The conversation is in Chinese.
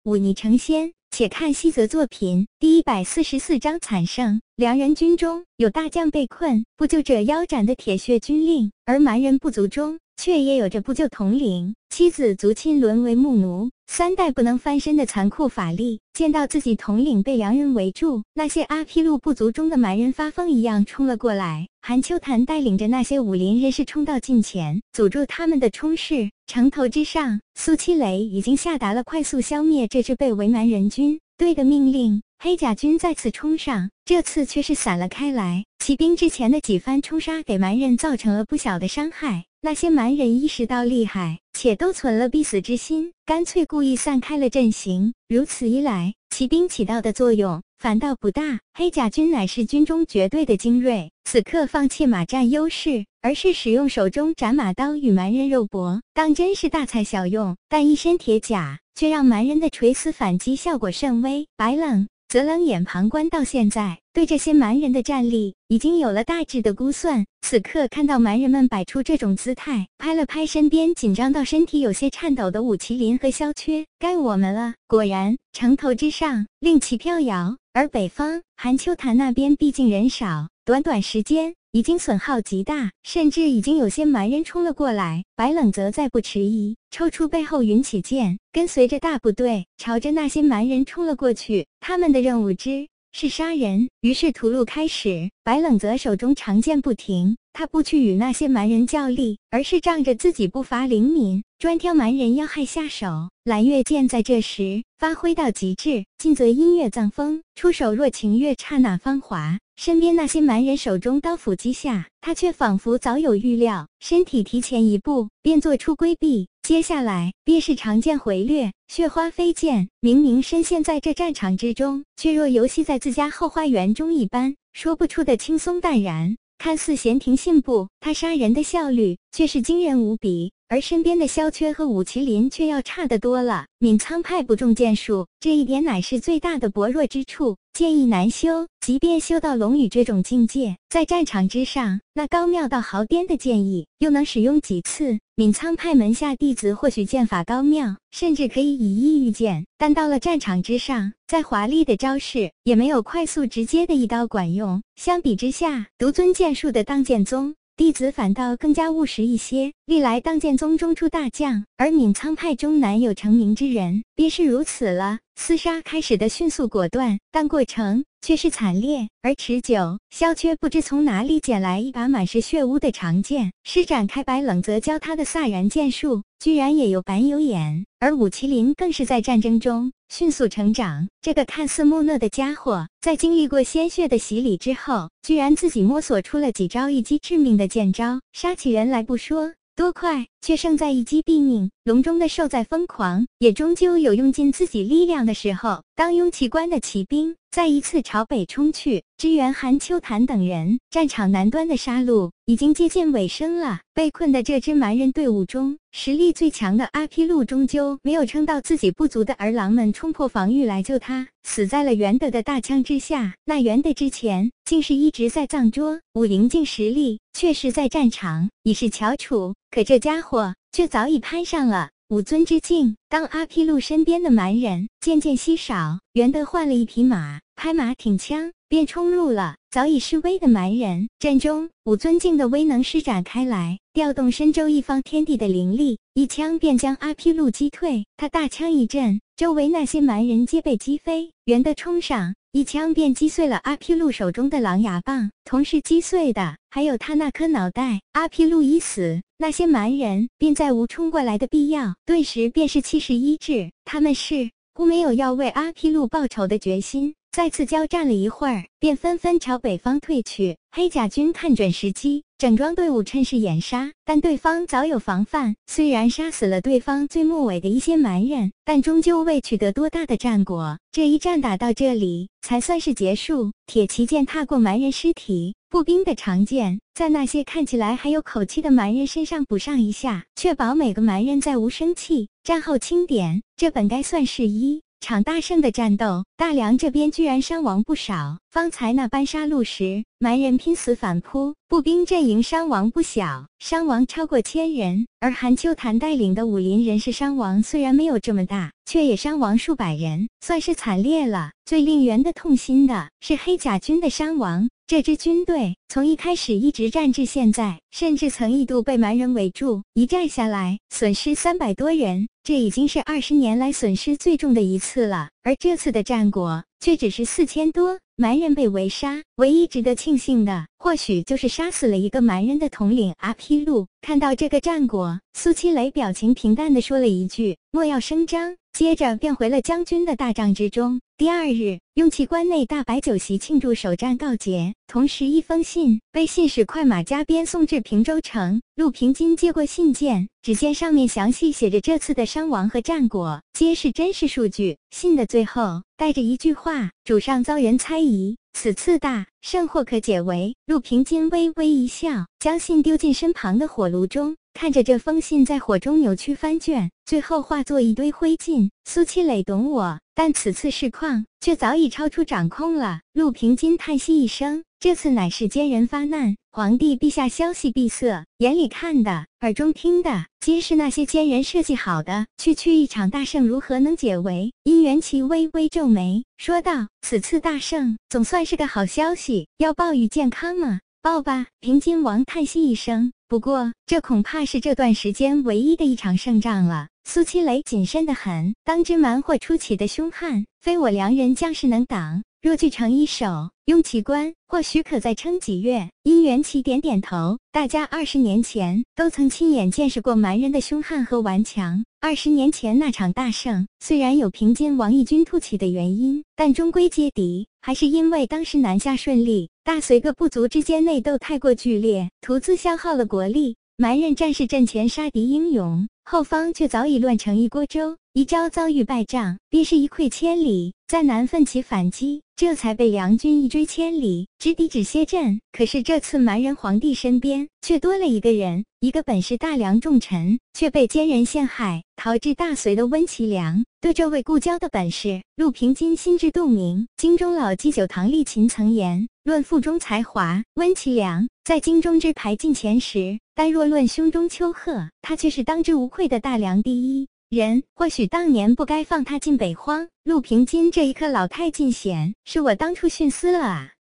忤逆成先。且看西则作品第144章惨胜。梁人军中有大将被困，不救者腰斩的铁血军令，而蛮人部族中却也有着不救统领，妻子族亲沦为牧奴，3代不能翻身的残酷法力。见到自己统领被梁人围住，那些阿毗路部族中的蛮人发疯一样冲了过来。韩秋潭带领着那些武林人士冲到近前，阻住他们的冲势。城头之上，苏七雷已经下达了快速消灭这支被围蛮人军队的命令。黑甲军再次冲上，这次却是散了开来。骑兵之前的几番冲杀给蛮人造成了不小的伤害，那些蛮人意识到厉害，且都存了必死之心，干脆故意散开了阵型。如此一来，骑兵起到的作用反倒不大。黑甲军乃是军中绝对的精锐，此刻放弃马战优势，而是使用手中斩马刀与蛮人肉搏，当真是大材小用。但一身铁甲却让蛮人的垂死反击效果甚微。白冷则冷眼旁观到现在，对这些蛮人的战力已经有了大致的估算。此刻看到蛮人们摆出这种姿态，拍了拍身边紧张到身体有些颤抖的武麒麟和萧缺，该我们了。果然，城头之上令旗飘摇，而北方韩秋潭那边毕竟人少，短短时间已经损耗极大，甚至已经有些蛮人冲了过来。白冷则再不迟疑，抽出背后云起剑，跟随着大部队朝着那些蛮人冲了过去。他们的任务是杀人，于是屠戮开始。白冷则手中长剑不停，他不去与那些蛮人较力，而是仗着自己步伐灵敏，专挑蛮人要害下手。揽月剑在这时发挥到极致，近则音乐藏风，出手若情月刹那芳华。身边那些蛮人手中刀斧击下，他却仿佛早有预料，身体提前一步，便做出规避。接下来便是长剑回掠，血花飞溅。明明身陷在这战场之中，却若游戏在自家后花园中一般，说不出的轻松淡然。看似闲庭信步，他杀人的效率却是惊人无比。而身边的萧缺和武麒麟却要差得多了。闵苍派不重剑术，这一点乃是最大的薄弱之处，剑意难修。即便修到龙羽这种境界，在战场之上，那高妙到毫巅的剑意又能使用几次？闵苍派门下弟子或许剑法高妙，甚至可以以一御剑，但到了战场之上，再华丽的招式也没有快速直接的一刀管用。相比之下，独尊剑术的当剑宗弟子反倒更加务实一些，历来当剑宗中出大将，而闵苍派中难有成名之人，便是如此了。厮杀开始的迅速果断，但过程却是惨烈而持久。萧缺不知从哪里捡来一把满是血污的长剑，施展开白冷则教他的飒然剑术，居然也有板有眼。而武麒麟更是在战争中迅速成长，这个看似木讷的家伙，在经历过鲜血的洗礼之后，居然自己摸索出了几招一击致命的剑招，杀起人来不说多快，却胜在一击毙命。笼中的兽再疯狂，也终究有用尽自己力量的时候。当雍奇关的骑兵再一次朝北冲去，支援韩秋潭等人，战场南端的杀戮已经接近尾声了。被困的这支蛮人队伍中，实力最强的阿毗路终究没有撑到自己不足的儿郎们冲破防御来救他，死在了元德的大枪之下。那元德之前竟是一直在藏拙，武灵境实力确实在战场已是翘楚，可这家伙却早已攀上了武尊之境。当阿毗路身边的蛮人渐渐稀少，元德换了一匹马，拍马挺枪，便冲入了早已示威的蛮人阵中。武尊境的威能施展开来，调动深州一方天地的灵力，一枪便将阿毗路击退。他大枪一震，周围那些蛮人皆被击飞。元德冲上，一枪便击碎了阿毗路手中的狼牙棒，同时击碎的还有他那颗脑袋。阿毗路已死，那些蛮人便再无冲过来的必要，顿时便是气势一致。他们似乎没有要为阿毗路报仇的决心。再次交战了一会儿，便纷纷朝北方退去。黑甲军看准时机，整装队伍趁势掩杀，但对方早有防范。虽然杀死了对方最末尾的一些蛮人，但终究未取得多大的战果。这一战打到这里才算是结束。铁骑剑踏过蛮人尸体，步兵的长剑在那些看起来还有口气的蛮人身上补上一下，确保每个蛮人再无生气。战后清点，这本该算是一场大胜的战斗，大梁这边居然伤亡不少。方才那般杀戮时，蛮人拼死反扑，步兵阵营伤亡不小，伤亡超过1000人。而韩秋潭带领的武林人士伤亡虽然没有这么大，却也伤亡数百人，算是惨烈了。最令人的痛心的是黑甲军的伤亡。这支军队从一开始一直战至现在，甚至曾一度被蛮人围住，一战下来损失300多人，这已经是20年来损失最重的一次了。而这次的战果却只是4000多，蛮人被围杀。唯一值得庆幸的，或许就是杀死了一个蛮人的统领阿披路。看到这个战果，苏七雷表情平淡地说了一句：“莫要声张。”接着便回了将军的大帐之中。第二日，雍齐关内大摆酒席庆祝首战告捷，同时一封信被信使快马加鞭送至平州城。陆平金接过信件，只见上面详细写着这次的伤亡和战果，皆是真实数据。信的最后带着一句话：“主上遭人猜疑，此次大胜或可解围。”陆平金微微一笑，将信丢进身旁的火炉中，看着这封信在火中扭曲翻卷，最后化作一堆灰烬。苏七磊懂我，但此次事况却早已超出掌控了。陆平金叹息一声，这次乃是奸人发难，皇帝陛下消息闭塞，眼里看的，耳中听的，皆是那些奸人设计好的。区一场大胜如何能解围？殷元齐微微皱眉，说道：“此次大胜总算是个好消息，要报与健康吗？”“报吧。”平津王叹息一声，不过这恐怕是这段时间唯一的一场胜仗了。苏七雷谨慎得很，当之蛮或初起的凶悍，非我良人将士能挡。若据城一守，雍齐关或许可再撑几月。殷元齐点点头，大家20年前都曾亲眼见识过蛮人的凶悍和顽强。20年前那场大胜，虽然有平津王异军突起的原因，但终归皆敌，还是因为当时南下顺利，大隋各部族之间内斗太过剧烈，徒自消耗了国力。蛮人战士阵前杀敌英勇，后方却早已乱成一锅粥，一朝遭遇败仗，必是一溃千里，再难奋起反击，这才被梁军一追千里，直抵止歇阵。可是这次蛮人皇帝身边却多了一个人，一个本是大梁重臣，却被奸人陷害，逃至大隋的温其良。对这位故交的本事，陆平金心知肚明。京中老祭酒唐立勤曾言，论腹中才华，温其良在京中之排进前10，但若论胸中丘壑，他却是当之无愧的大梁第一人。或许当年不该放他进北荒，陆平金这一颗老太进险，是我当初徇私了啊。